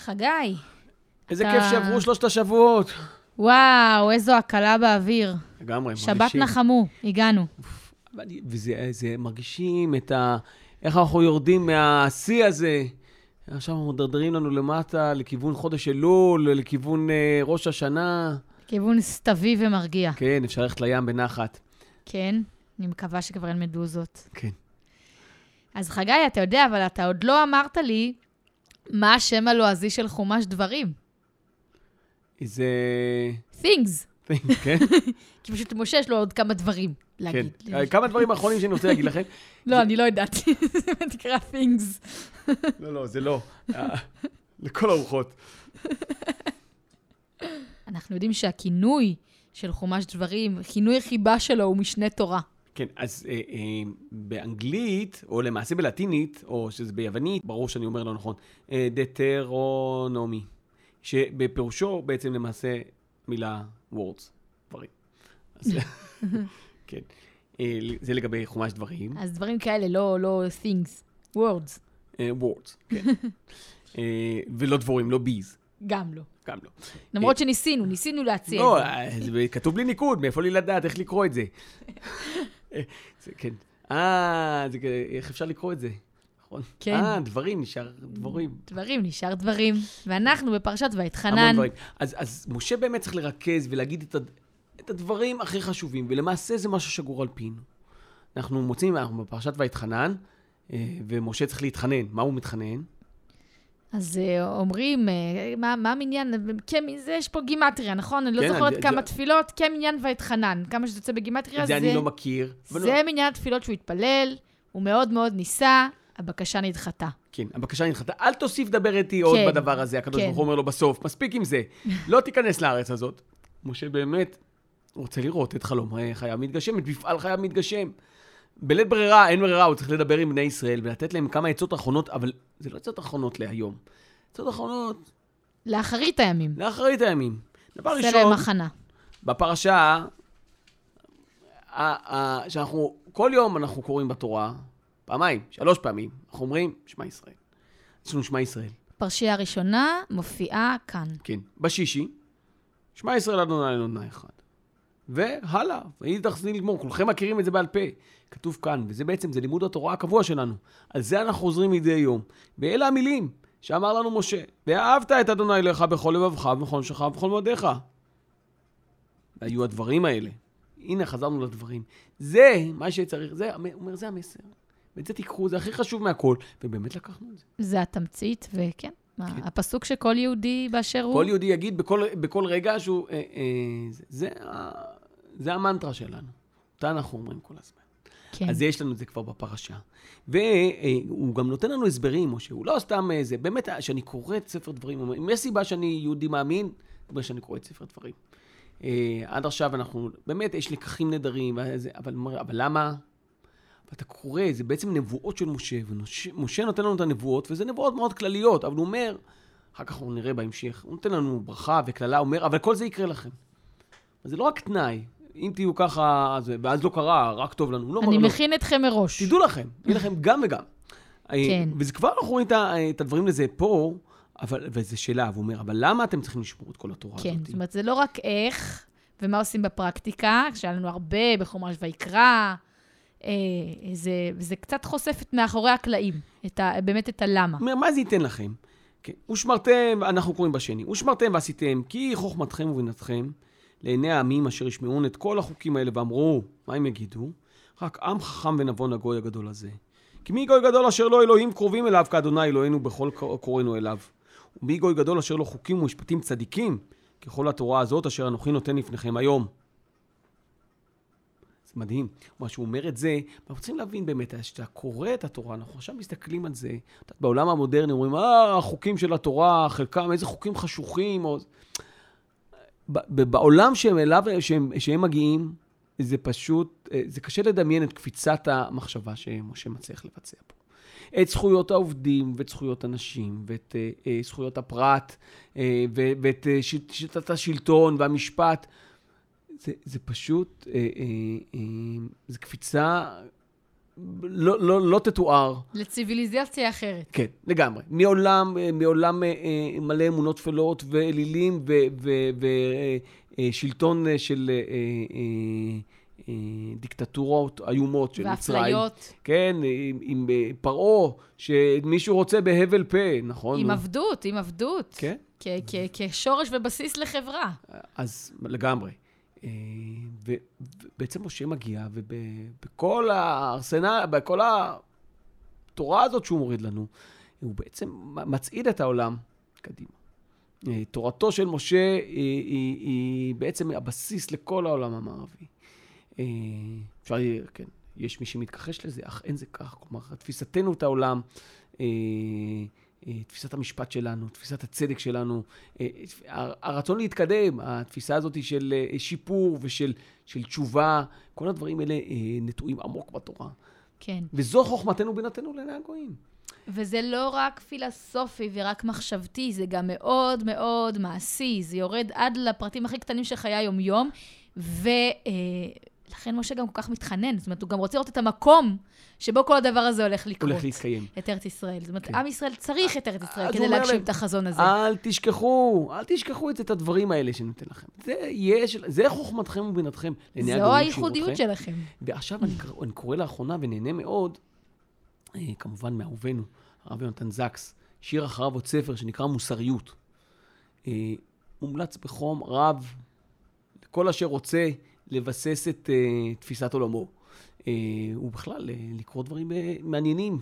חגי. איזה כיף שעברו 3 השבועות. וואו, איזו הקלה באוויר. לגמרי, שבת מרגישים. נחמו, הגענו. וזה מרגישים איך אנחנו יורדים מהשיא הזה. עכשיו אנחנו מדרדרים לנו למטה, לכיוון חודש אלול, לכיוון ראש השנה. כיוון סתווי ומרגיע. כן, אפשר ללכת לים בנחת. כן, אני מקווה שכבר אין מדוזות. כן. אז חגי, אתה יודע, אבל אתה עוד לא אמרת לי מה השם הלועזי של חומש דברים. איזה... Things. כן? כי פשוט משה יש לו עוד כמה דברים להגיד. כן. כמה דברים האחרונים שאני רוצה להגיד לכם. לא, אני לא ידעתי. זה תקרא Things. לא, זה לא. לכל הרוחות. אנחנו יודעים שהכינוי של חומש דברים, כינוי חיבה שלו הוא משנה תורה. כן, אז באנגלית, או למעשה בלטינית, או שזה ביוונית, ברור שאני אומר לא נכון, דטרונומי, שבפירושו בעצם למעשה מילה words, דברים. אז, כן, זה לגבי חומש דברים. אז דברים כאלה, לא things, words. words, כן. ולא דבורים, לא bees. גם לא. גם לא. למרות שניסינו להציע לא, את זה. זה כתוב בלי ניקוד, מאיפה לי לדעת איך לקרוא את זה. כן. איך אפשר לקרוא את זה? נכון? כן. דברים, נשאר דבורים. דברים, נשאר דברים. ואנחנו בפרשת ויתחנן. המון דברים. אז משה באמת צריך לרכז ולהגיד את הדברים הכי חשובים, ולמעשה זה משהו שגור על פינו. אנחנו מוצאים, אנחנו בפרשת ויתחנן, ומשה צריך להתחנן. מה הוא מתחנן? אז אומרים, מה המניין? יש פה גימטריה, נכון? אני לא זוכרת כמה תפילות, כמניין ויתחנן. כמה שזה יוצא בגימטריה, זה אני לא מכיר. זה מניין התפילות שהוא התפלל, הוא מאוד מאוד ניסה, הבקשה נדחתה. כן, הבקשה נדחתה. אל תוסיף דבר איתי עוד בדבר הזה, הקדוש ברוך הוא אומר לו בסוף, מספיק עם זה. לא תיכנס לארץ הזאת. משה באמת רוצה לראות את חלום חייו מתגשם, את מפעל חייו מתגשם. בלית ברירה, אין ברירה, הוא צריך לדבר עם בני ישראל ולתת להם כמה עצות אחרונות, אבל זה לא עצות אחרונות להיום. עצות אחרונות... לאחרית הימים. לאחרית הימים. דבר ראשון... סלם מחנה. בפרשה, שאנחנו, כל יום אנחנו קוראים בתורה, 3 פעמים, אנחנו אומרים, שמע ישראל. יש לנו שמע ישראל. פרשייה הראשונה מופיעה כאן. כן. בשישי, שמע ישראל אדוני אלוהינו אחד. והלאה, והיא תחזיני לגמור, כולכם מכירים את זה בעל פה. כתוב כאן, וזה בעצם, זה לימוד התורה הקבוע שלנו. על זה אנחנו חוזרים מדי יום. ואלה המילים שאמר לנו משה, ואהבת את אדוני אלוהיך בכל לבבך, ובכל נפשך, ובכל מאודיך. והיו הדברים האלה. הנה, חזרנו לדברים. זה מה שצריך, זה, אומר, זה המסר. ואת זה תיקחו, זה הכי חשוב מהכל, ובאמת לקחנו את זה. זה התמצית, וכן. הפסוק שכל יהודי באשר הוא... כל יהודי יגיד בכל רגע שהוא... זה המנטרה שלנו. אותה אנחנו אומרים כל הזמן. כן. אז יש לנו את זה כבר בפרשה. והוא גם נותן לנו הסברים, או שהוא לא סתם איזה... באמת, שאני קורא את ספר דברים, אם יש סיבה שאני יהודי מאמין, זה אומר שאני קורא את ספר דברים. עד עכשיו אנחנו... באמת, יש לקחים נדרים, אבל למה? ואתה קורא, זה בעצם נבואות של משה, ומשה נותן לנו את הנבואות, וזה נבואות מאוד כלליות, אבל הוא אומר, אחר כך הוא נראה בהמשך, הוא נותן לנו ברכה וכללה, הוא אומר, אבל כל זה יקרה לכם. אז זה לא רק תנאי, אם תהיו ככה, ואז לא קרה, רק טוב לנו. אני מכין אתכם מראש. תדעו לכם, יהיה לכם גם וגם. כן. וזה כבר אנחנו רואים את הדברים לזה פה, וזה שאלה, והוא אומר, אבל למה אתם צריכים לשמור את כל התורה הזאת? כן, זאת אומרת, זה לא רק איך, ומה עושים בפרקטיקה, כשהיה לנו הרבה בחומש ויקרא, זה קצת חושפת מאחורי הקלעים, באמת את הלמה. מה זה ייתן לכם? כן. ושמרתם, אנחנו קוראים בשני, ושמרתם ועשיתם, כי חוכמתכם ובינתכם, לעיני העמים אשר ישמעון את כל החוקים האלה ואמרו, מה הם יגידו? רק עם חכם ונבון הגוי הגדול הזה. כי מי גוי גדול אשר לא אלוהים קרובים אליו, כאדוני אלוהינו בכל קוראינו אליו. ומי גוי גדול אשר לא חוקים ומשפטים צדיקים, ככל התורה הזאת אשר אנוכי נותן לפניכם היום. זה מדהים. מה שהוא אומר את זה, אנחנו צריכים להבין באמת, שאתה קורא את התורה, אנחנו עכשיו מסתכלים על זה, בעולם המודרני אומרים, החוקים של התורה, חלקם, איזה חוקים חשוכים, או... בעולם שהם מגיעים, זה פשוט, זה קשה לדמיין את קפיצת המחשבה שמשה מצליח לבצע פה. את זכויות העובדים, ואת זכויות הנשים, ואת זכויות הפרט, ואת שיטת השלטון והמשפט. זה פשוט, זה קפיצה לא תתואר. לציביליזציה אחרת. כן, לגמרי. מעולם מלא אמונות תפלות ואלילים ושלטון של דיקטטורות איומות של מצרים. ואפליות. כן, עם פרעה, שמישהו רוצה בהבל פה, נכון? עם עבדות. כן. כשורש ובסיס לחברה. אז לגמרי. ובעצם משה מגיע, ובכל הארסנל, בכל התורה הזאת שהוא מוריד לנו, הוא בעצם מצעיד את העולם קדימה. תורתו של משה היא בעצם הבסיס לכל העולם המערבי. אפשר, כן, יש מי שמתכחש לזה, אך אין זה כך. כלומר, תפיסתנו את העולם, תפיסת המשפט שלנו, תפיסת הצדק שלנו, הרצון להתקדם, התפיסה הזאת של שיפור ושל תשובה, כל הדברים האלה נטועים עמוק בתורה. כן. וזו חוכמתנו בינתנו לעיני הגויים. וזה לא רק פילוסופי ורק מחשבתי, זה גם מאוד מאוד מעשי, זה יורד עד לפרטים הכי קטנים של חיי היום-יום, לכן משה גם כל כך מתחנן, זאת אומרת, הוא גם רוצה לראות את המקום שבו כל הדבר הזה הולך לקרות. הולך להתקיים. את ארץ ישראל. זאת אומרת, כן. עם ישראל צריך את ארץ ישראל כדי להגשים את החזון הזה. אל תשכחו את הדברים האלה שנותן לכם. זה חוכמתכם ובינתכם. זו הייחודיות שלכם. ועכשיו אני קורא לאחרונה ונהנה מאוד, כמובן מאהובנו, הרב יונתן זקס, שיר אחריו עוד ספר שנקרא מוסריות. מומלץ בחום רב לכל אשר רוצה לבסס את תפיסת עולמו. ובכלל, לקרוא דברים מעניינים.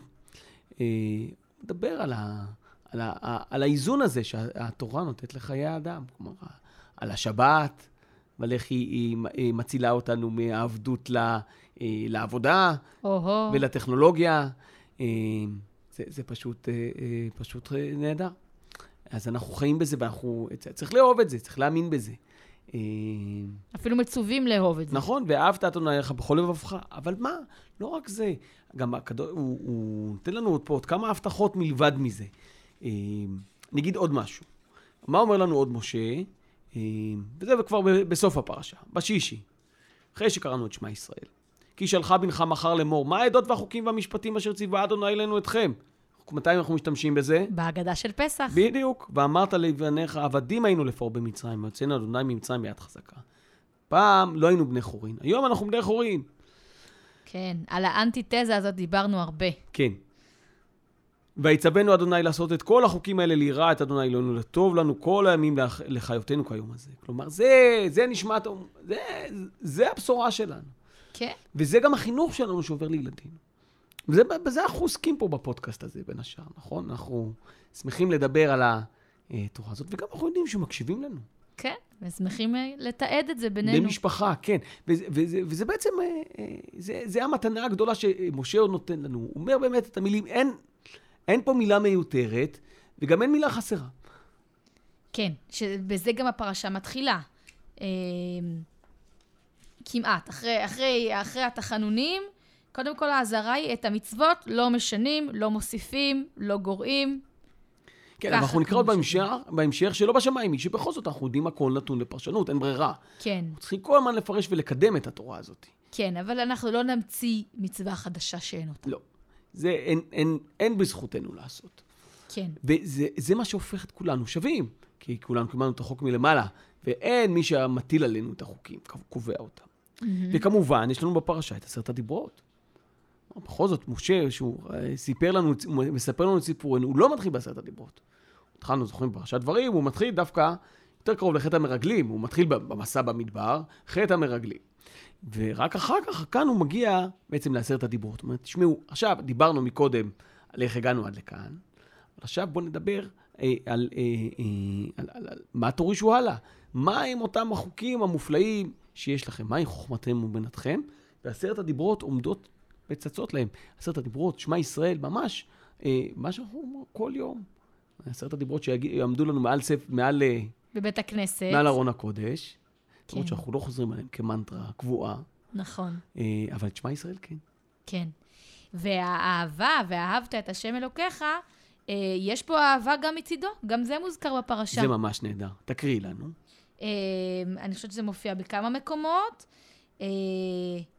מדבר על האיזון הזה שהתורה נותנת לחיי האדם. כלומר, על השבת, ועל איך היא מצילה אותנו מהעבדות לעבודה ולטכנולוגיה. זה פשוט נהדר. אז אנחנו חיים בזה, צריך לאהוב את זה, צריך להאמין בזה. אפילו מצווים לאהוב את זה. נכון, ואהבת את אדוני אלוהיך בכל לבבך. אבל מה? לא רק זה. גם הוא נותן לנו פה עוד כמה הבטחות מלבד מזה. נגיד עוד משהו. מה אומר לנו עוד משה? וזה כבר בסוף הפרשה, בשישי. אחרי שקראנו את שמע ישראל. כי שלחה בנך מחר לאמור, מה העדות והחוקים והמשפטים אשר ציווה אדוני אלינו אתכם? מתי אנחנו משתמשים בזה? בהגדה של פסח. בדיוק. ואמרת לבניך, עבדים היינו לפור במצרים, ויוצאנו אדוני ממצרים ביד חזקה. פעם לא היינו בני חורין, היום אנחנו בני חורין. כן, על האנטיתזה הזאת דיברנו הרבה. כן. ויצוונו אדוני לעשות את כל החוקים האלה ליראה את אדוני אלוהינו לטוב לנו כל הימים לחיותנו כיום הזה. כלומר, זה נשמע, זה הבשורה שלנו. כן. וזה גם החינוך שלנו שעובר לילדינו. בזה אנחנו עוסקים פה בפודקאסט הזה, בין השאר, נכון? אנחנו שמחים לדבר על התורה הזאת, וגם אנחנו יודעים שמקשיבים לנו. כן, ושמחים לתעד את זה בינינו. במשפחה, כן. וזה בעצם, זה המתנה הגדולה שמשה עוד נותן לנו. הוא אומר באמת את המילים, אין פה מילה מיותרת, וגם אין מילה חסרה. כן, שבזה גם הפרשה מתחילה. כמעט, אחרי התחנונים, קודם כל, ההזרה היא את המצוות לא משנים, לא מוסיפים, לא גורעים. כן, אבל אנחנו נקרא עוד בהמשך שלא בשמיים, שבכל זאת אנחנו יודעים הכל נתון לפרשנות, אין ברירה. כן. צריכים כל הזמן לפרש ולקדם את התורה הזאת. כן, אבל אנחנו לא נמציא מצווה חדשה שאין אותה. לא. זה אין בזכותנו לעשות. כן. וזה מה שהופך את כולנו שווים, כי כולנו קיבלנו את החוק מלמעלה, ואין מי שמטיל עלינו את החוקים, קובע אותם. וכמובן, יש לנו בפרשה את 10 הדיברות. בכל זאת, משה, שהוא מספר לנו את סיפורנו, הוא לא מתחיל ב10 הדיברות. התחלנו, זוכרים, בפרשת דברים, הוא מתחיל דווקא יותר קרוב לחטא המרגלים, הוא מתחיל במסע במדבר, חטא המרגלים. ורק אחר כך, כאן הוא מגיע בעצם ל10 הדיברות. זאת אומרת, תשמעו, עכשיו דיברנו מקודם על איך הגענו עד לכאן, אבל עכשיו בואו נדבר על מה תורישו הלאה. מה הם אותם החוקים המופלאים שיש לכם? מה עם חוכמתכם ובינתכם? ו10 הדיברות עומדות וצצות להם. 10 הדיברות, שמע ישראל, ממש, מה שאנחנו אומרים כל יום. 10 הדיברות שיעמדו לנו מעל בבית הכנסת. מעל ארון הקודש. זאת אומרת שאנחנו לא חוזרים עליהם כמנטרה קבועה. נכון. אבל את שמע ישראל כן. כן. והאהבה, ואהבת את השם אלוקיך, יש פה אהבה גם מצידו. גם זה מוזכר בפרשה. זה ממש נהדר. תקריאי לנו. אני חושבת שזה מופיע בכמה מקומות.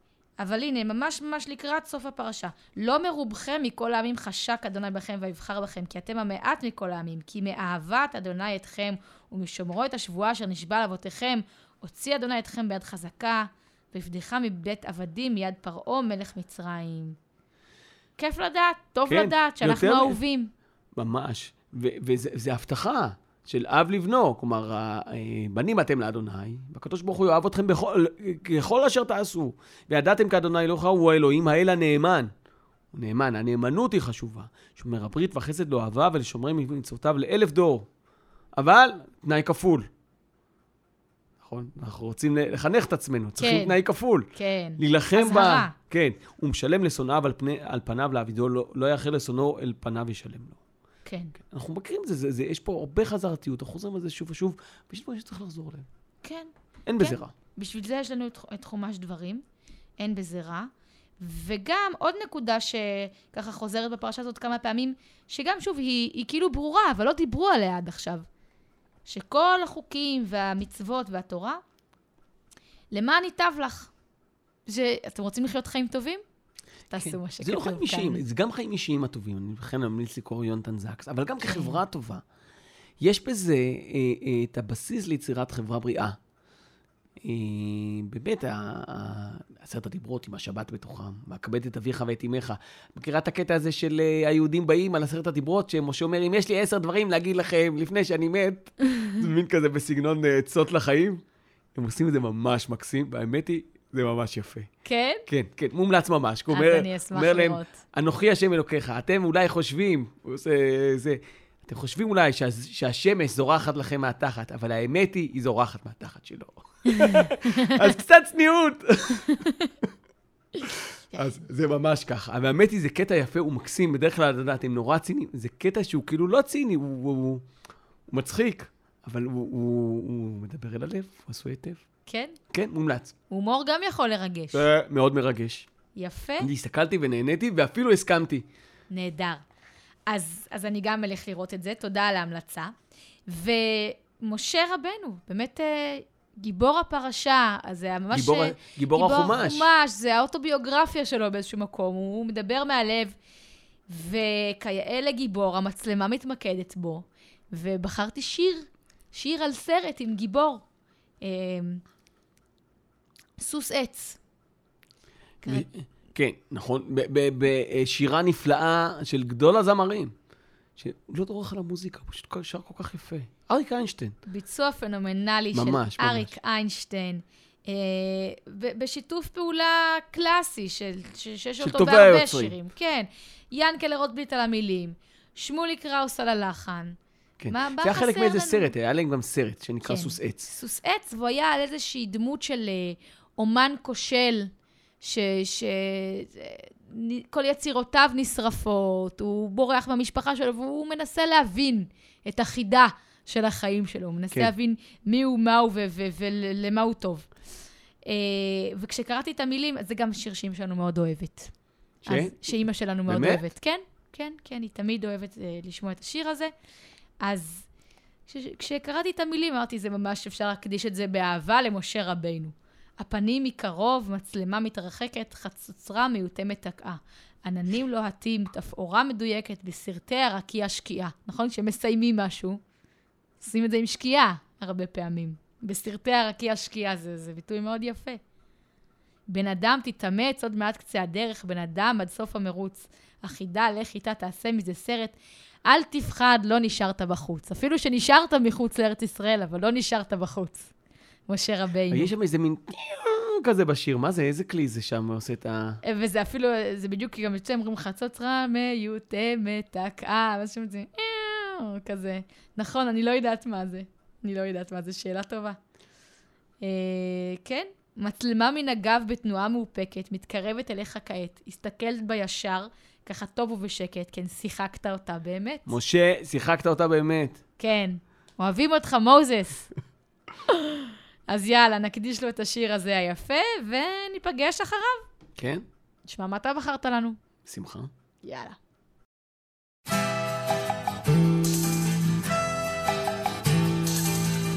אבל הנה, ממש ממש לקראת סוף הפרשה. לא מרובכם מכל העמים חשק אדוני בכם ויבחר בכם, כי אתם המעט מכל העמים, כי מאהבת אדוני אתכם, ומשומרו את השבועה אשר נשבע לאבותיכם, הוציא אדוני אתכם ביד חזקה, והפדיך מבית עבדים מיד פרעה מלך מצרים. כיף לדעת, טוב כן, לדעת, שאנחנו יותר אהובים. ממש. וזה הבטחה של אב לבנו. כלומר, בנים אתם לאדוני, והקדוש ברוך הוא יאהב אתכם ככל אשר תעשו. וידעתם כאדוני אלוהיך הוא האלוהים, האל הנאמן. הוא נאמן, הנאמנות היא חשובה. שומר הברית וחסד לא אהבה ולשומרי מצוותיו ל1000 דור. אבל תנאי כפול. נכון? אנחנו רוצים לחנך את עצמנו, צריכים תנאי כפול. כן. להילחם בה. כן. הוא משלם לשונאיו על פניו לעבידו, לא יאחר לשונאו אל פניו ישלם לו. כן. אנחנו מכירים את זה, יש פה הרבה חזרתיות, אנחנו חוזרים על זה שוב ושוב, ויש דברים שצריך לחזור אליהם. כן. אין בזה רע. בשביל זה יש לנו את חומש דברים, אין בזה רע. וגם עוד נקודה שככה חוזרת בפרשה הזאת כמה פעמים, שגם שוב היא כאילו ברורה, אבל לא דיברו עליה עד עכשיו. שכל החוקים והמצוות והתורה, למען ייטב לך. אתם רוצים לחיות חיים טובים? תעשו מה שכתוב. זה לא חיים אישיים, זה גם חיים אישיים הטובים. אני בכן ממליץ לקרוא יונתן זקס, אבל גם כחברה טובה. יש בזה את הבסיס ליצירת חברה בריאה. באמת, 10 הדיברות עם השבת בתוכם, והכבד את אביך ואת אמך. מכירה את הקטע הזה של היהודים באים על 10 הדיברות, שמשה אומר, אם יש לי 10 דברים להגיד לכם לפני שאני מת, זה מין כזה בסגנון עצות לחיים. הם עושים את זה ממש מקסים, והאמת היא, זה ממש יפה. כן? כן, כן, מומלץ ממש. אז אני אשמח לראות. אנוכי השם אלוקיך, אתם אולי חושבים, אתם חושבים אולי שהשמש זורחת לכם מהתחת, אבל האמת היא זורחת מהתחת שלו. אז קצת צניעות. אז זה ממש ככה. והאמת היא, זה קטע יפה, הוא מקסים. בדרך כלל, אתם נורא ציניים. זה קטע שהוא כאילו לא ציני, הוא מצחיק, אבל הוא מדבר אל הלב, הוא עשוי היטב. כן? כן, מומלץ. הומור גם יכול לרגש. מאוד מרגש. יפה. אני הסתכלתי ונהניתי, ואפילו הסכמתי. נהדר. אז אני גם אלך לראות את זה. תודה על ההמלצה. ומשה רבנו, באמת גיבור הפרשה, אז זה ממש... גיבור החומש. זה האוטוביוגרפיה שלו באיזשהו מקום. הוא מדבר מהלב, וכיאה לגיבור, המצלמה מתמקדת בו, ובחרתי שיר על סרט עם גיבור. סוס עץ. כן, נכון. בשירה נפלאה של גדול הזמרים, שהוא לא דורך על המוזיקה, הוא פשוט שר כל כך יפה. אריק איינשטיין. ביצוע פנומנלי של אריק איינשטיין, בשיתוף פעולה קלאסי, שיש אותו בהרבה שירים. כן. ינקלה רוטבליט על המילים, שמולי קראוס על הלחן. כן. זה היה חלק מאיזה סרט, היה להם גם סרט שנקרא סוס עץ. סוס עץ, והוא היה על איזושהי דמות של אומן כושל, כל יצירותיו נשרפות, הוא בורח מהמשפחה שלו, והוא מנסה להבין את החידה של החיים שלו, הוא מנסה להבין מי הוא, מה הוא ולמה הוא טוב. וכשקראתי את המילים, זה גם שיר שלנו מאוד אוהבת. שאימא שלנו מאוד אוהבת. כן, כן, כן, היא תמיד אוהבת לשמוע את השיר הזה. אז כשקראתי את המילים, אמרתי, זה ממש אפשר להקדיש את זה באהבה למשה רבינו. הפנים מקרוב, מצלמה מתרחקת, חצוצרה מיותמת תקעה. עננים לוהטים, תפאורה מדויקת, בסרטי הרקיע שקיעה. נכון? כשמסיימים משהו, עושים את זה עם שקיעה הרבה פעמים. בסרטי הרקיע שקיעה, זה ביטוי מאוד יפה. בן אדם תתאמץ עוד מעט קצה הדרך, בן אדם עד סוף המרוץ. אחידה, לך איתה, תעשה מזה סרט. אל תפחד, לא נשארת בחוץ. אפילו שנשארת מחוץ לארץ ישראל, אבל לא נשארת בחוץ. משה רבינו. יש שם איזה מין כזה בשיר, מה זה? איזה כלי זה שם עושה את ה... וזה אפילו, זה בדיוק כי גם יוצא אומרים חצוצרה מיותמת תקעה, ואז שם זה כזה. נכון, אני לא יודעת מה זה. אני לא יודעת מה זה, שאלה טובה. כן, מצלמה מן הגב בתנועה מאופקת, מתקרבת אליך כעת, הסתכלת בישר, ככה טוב ובשקט, כן, שיחקת אותה באמת. משה, שיחקת אותה באמת. כן, אוהבים אותך מוזס. אז יאללה, נקדיש לו את השיר הזה היפה, וניפגש אחריו. כן. נשמע מה אתה בחרת לנו. שמחה. יאללה.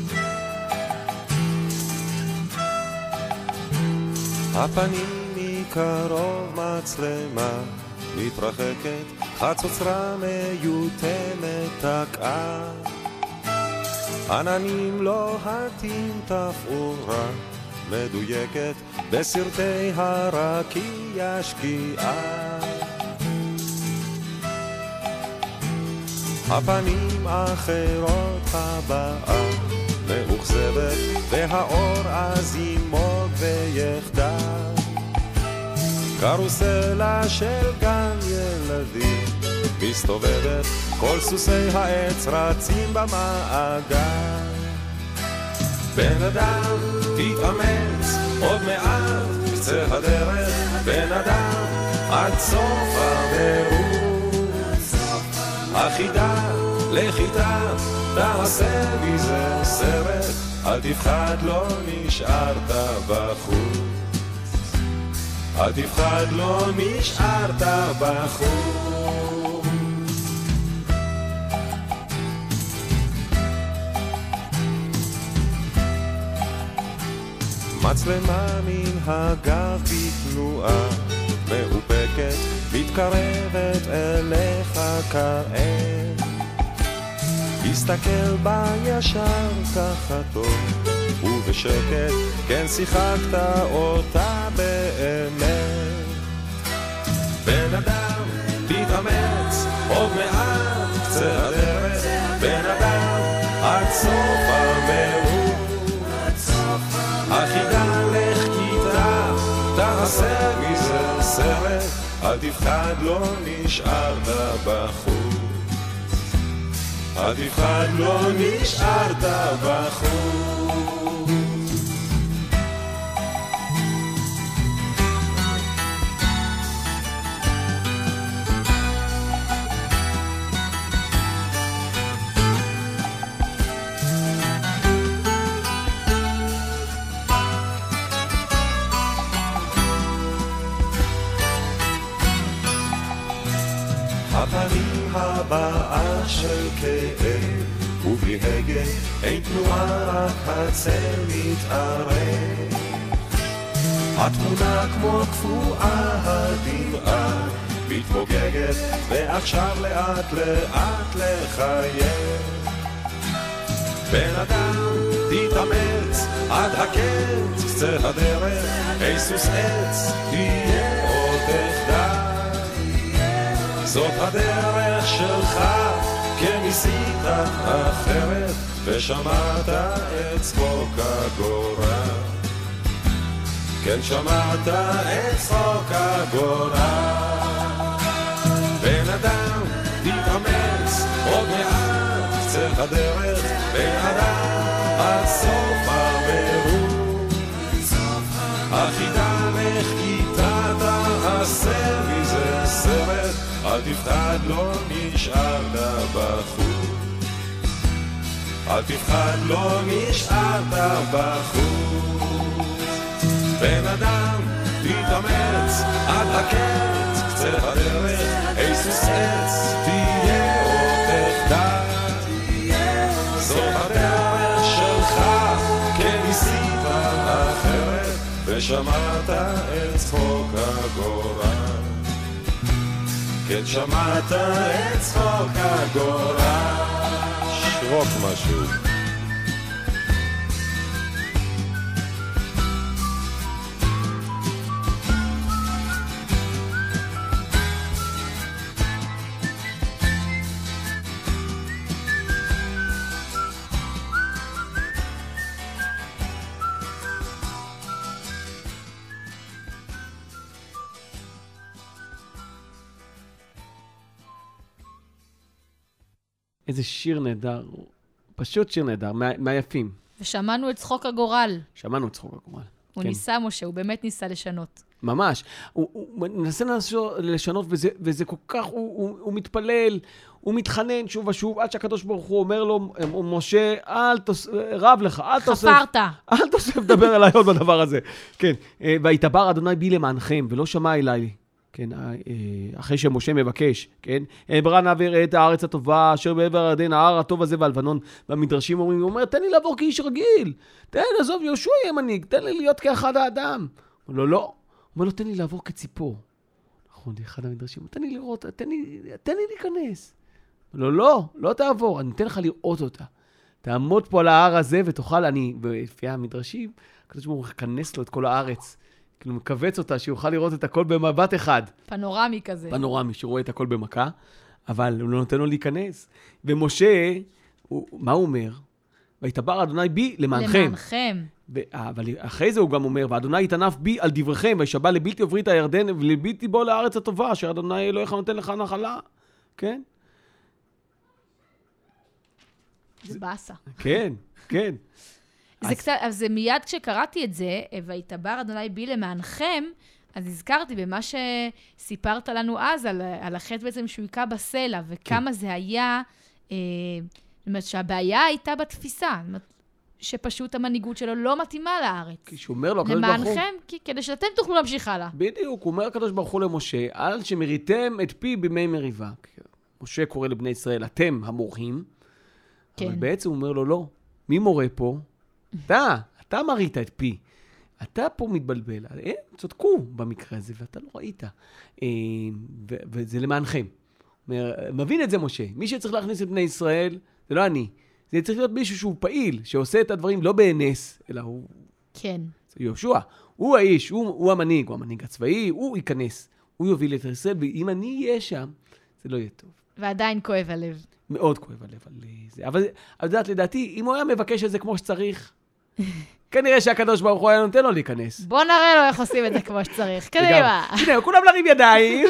הפנים מקרוב מצלמה מתרחקת, חצוצרה מיותמת תקעה. עננים לוהטים תפאורה מדויקת בסרטי הרקיע שקיעה. הפנים אחרות הבאה מאוכזבת והאור אז ימוג ויחדל. קרוסלה של גן ילדים מסתובבת, כל סוסי העץ רצים במעגל. בן אדם תתאמץ עוד מעט קצה הדרך, בן אדם עד סוף המרוץ. החידה לחידה תעשה מזה סרט, אל תפחד לא נשארת בחוץ. אל תפחד לא נשארת בחוץ. מצלמה מן הגב בתנועה מאופקת מתקרבת אליך כעת. הסתכל בה ישר ככה טוב ובשקט, כן שיחקת אותה באמת. בן אדם תתאמץ עוד מעט קצה הדרך, בן אדם עד סוף המרוץ. החידה לך כיתה תעשה מזה סרט, אל תפחד לא נשארת בחוץ. אל תפחד לא נשארת בחוץ. הפנים הבאה של כאב ובלי הגה, אין תנועה רק הצל מתערב. התמונה כמו קפואה הדמעה מתפוגגת, ועכשיו לאט לאט לחייב. בן אדם תתאמץ עד הקץ קצה הדרך, איסוס עץ תהיה עוד תחדה. זאת הדרך שלך, כן ניסית אחרת ושמעת את צחוק הגורל. כן שמעת את צחוק הגורל. בן אדם תתאמץ עוד מעט קצה הדרך, בן אדם עד סוף המרוץ. החידה לך כיתה תעשה מזה סרט, אל תפחד לא נשארת בחוץ. אל תפחד לא נשארת בחוץ. בן אדם תתאמץ עד הקץ קצה הדרך, איסוס עץ תהיה עוד תחדל. זאת הדרך שלך, כן ניסית אחרת ושמעת את צחוק הגורל. כן שמעת את צחוק הגורל. שרוק משהו. איזה שיר נהדר, פשוט שיר נהדר, מהיפים. ושמענו את צחוק הגורל. שמענו את צחוק הגורל. הוא כן. ניסה, משה, הוא באמת ניסה לשנות. ממש. הוא מנסה לשנות, וזה כל כך, הוא מתפלל, הוא מתחנן שוב ושוב, עד שהקדוש ברוך הוא אומר לו, משה, רב לך, אל תוסף. חפרת. אל תוסף דבר אליי עוד בדבר הזה. כן, ויתבר אדוני בי למענכם, ולא שמע אליי. כן, אחרי שמשה מבקש, כן, אברא נא וראה את הארץ הטובה, אשר בעבר הירדן, ההר הטוב הזה והלבנון, והמדרשים אומרים, הוא אומר, תן לי לעבור כאיש רגיל, תן, עזוב, יהושע יהיה מנהיג, תן לי להיות כאחד האדם. הוא לא, לא. אומר לו, תן לי לעבור כציפור. נכון, אחד המדרשים, תן לי לראות, תן לי להיכנס. אומר לו, לא תעבור, אני אתן לך לראות אותה. תעמוד פה על ההר הזה ותוכל, לפי המדרשים, הקדוש ברוך הוא כנס לו את כל הארץ. כאילו מקווץ אותה, שיוכל לראות את הכל במבט אחד. פנורמי כזה. פנורמי, שהוא רואה את הכל במכה, אבל הוא לא נותן לו להיכנס. ומשה, מה הוא אומר? ויתבר אדוני בי למענכם. למענכם. אבל אחרי זה הוא גם אומר, ואדוני יתענף בי על דבריכם, וישבע לבלתי עוברי את הירדן, ולבלתי בו לארץ הטובה, אשר אדוני אלוהיך נותן לך נחלה. כן? זה באסה. כן, כן. אז זה מיד כשקראתי את זה, ויתבר אדוני בי למענכם, אז הזכרתי במה שסיפרת לנו אז, על החטא בעצם שהוא היכה בסלע, וכמה זה היה, זאת אומרת שהבעיה הייתה בתפיסה, זאת אומרת, שפשוט המנהיגות שלו לא מתאימה לארץ. כי שהוא אומר לו, הקדוש ברוך הוא... למענכם, כדי שאתם תוכלו להמשיך הלאה. בדיוק, הוא אומר הקדוש ברוך הוא למשה, על שמריתם את פי בימי מריבה. משה קורא לבני ישראל, אתם המורחים, כן. אבל בעצם הוא אומר לו, לא, מי מורה פה? אתה מרית את פי. אתה פה מתבלבל. הם צודקו במקרה הזה, ואתה לא ראית. וזה למענכם. מבין את זה משה. מי שצריך להכניס את בני ישראל, זה לא אני. זה צריך להיות מישהו שהוא פעיל, שעושה את הדברים לא בנס, אלא הוא... כן. זה יהושע. הוא האיש, הוא המנהיג, הוא המנהיג הצבאי, הוא ייכנס. הוא יוביל את ישראל, ואם אני אהיה שם, זה לא יהיה טוב. ועדיין כואב הלב. מאוד כואב הלב על זה. אבל לדעתי, אם הוא היה מבקש את זה כמו שצריך, כנראה שהקדוש ברוך הוא היה נותן לו להיכנס. בוא נראה לו איך עושים את זה כמו שצריך. קדימה. הנה, כולם להרים ידיים,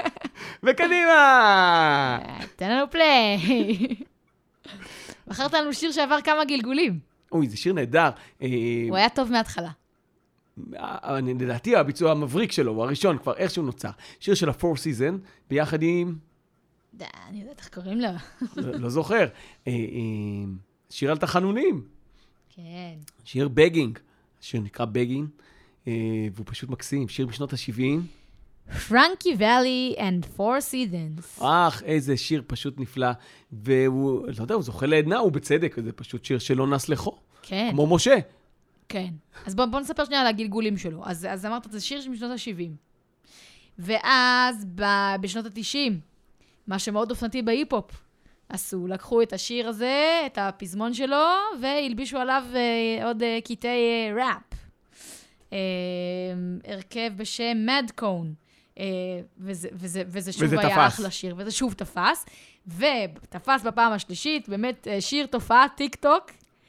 וקדימה. תן לנו פליי. בחרת לנו שיר שעבר כמה גלגולים. אוי, זה שיר נהדר. הוא היה טוב מההתחלה. לדעתי, הביצוע המבריק שלו, הוא הראשון, כבר איכשהו נוצר. שיר של ה-Four Season, ביחד עם... אני יודעת איך קוראים לו. לא זוכר. שיר על תחנונים. כן. שיר בגינג. שיר נקרא בגינג, והוא פשוט מקסים. שיר בשנות ה-70. Frankie Valli and Four Seasons. איזה שיר פשוט נפלא. והוא, לא יודע, הוא זוכה לעדנה, הוא בצדק. זה פשוט שיר שלא נס לחו. כן. כמו משה. כן. אז בוא נספר שנייה על הגלגולים שלו. אז אמרת, זה שיר משנות ה-70. ואז בשנות ה-90, מה שמאוד אופנתי בהיפ-הופ, עשו, לקחו את השיר הזה, את הפזמון שלו, והלבישו עליו עוד קטעי ראפ. הרכב בשם מדקון. וזה שוב היה אחלה שיר, וזה שוב תפס. ותפס בפעם השלישית, באמת שיר תופעה, טיק טוק,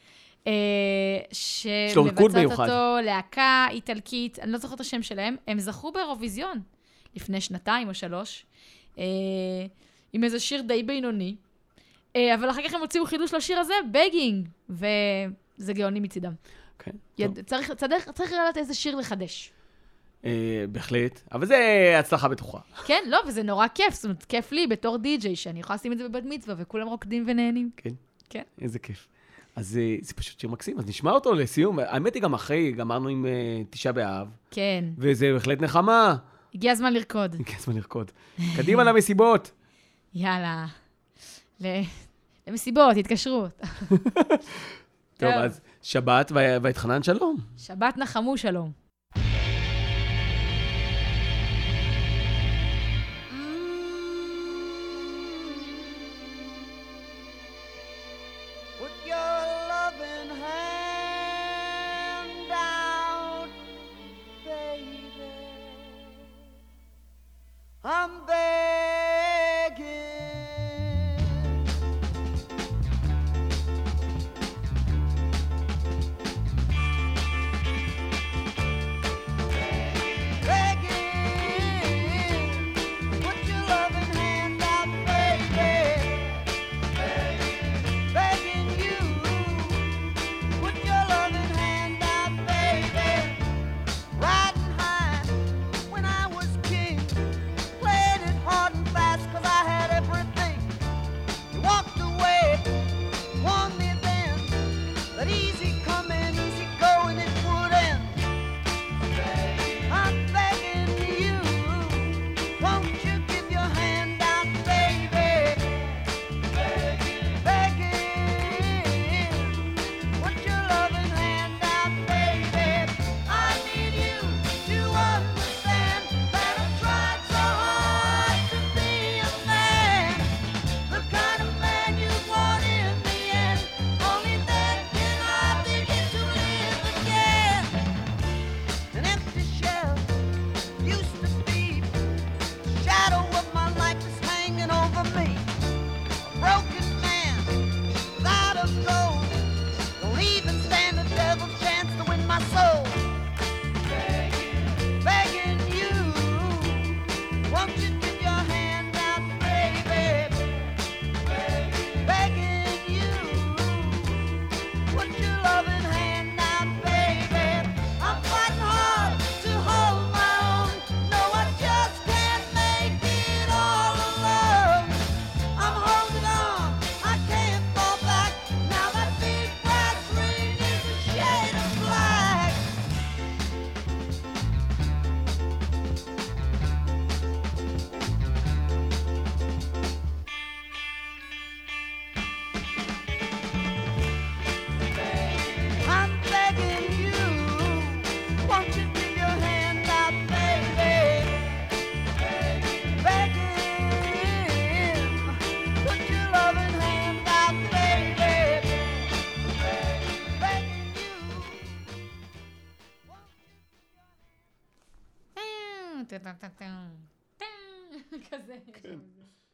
שמבצעת אותו להקה איטלקית, אני לא זוכרת את השם שלהם, הם זכו באירוויזיון לפני 2 או 3, עם איזה שיר די בינוני, אבל אחר כך הם הוציאו חידוש לשיר הזה, בגינג, וזה גאוני מצידם. צריך לדעת איזה שיר לחדש. בהחלט, אבל זה הצלחה בטוחה. כן, לא, וזה נורא כיף, זאת אומרת, כיף לי בתור די-ג'יי, שאני יכולה לשים את זה בבת מצווה, וכולם רוקדים ונהנים. כן. כן. איזה כיף. אז זה פשוט שיר מקסים, אז נשמע אותו לסיום. האמת היא גם אחרי, גמרנו עם 9 באב. כן. וזה בהחלט נחמה. הגיע הזמן לרקוד. הגיע הזמן לרקוד. קדימה למסיבות. יאללה. למסיבות, התקשרות. טוב, אז שבת והתחנן שלום. שבת נחמו שלום. I'm begging, put your loving hand out, baby, begging you. כזה. כן.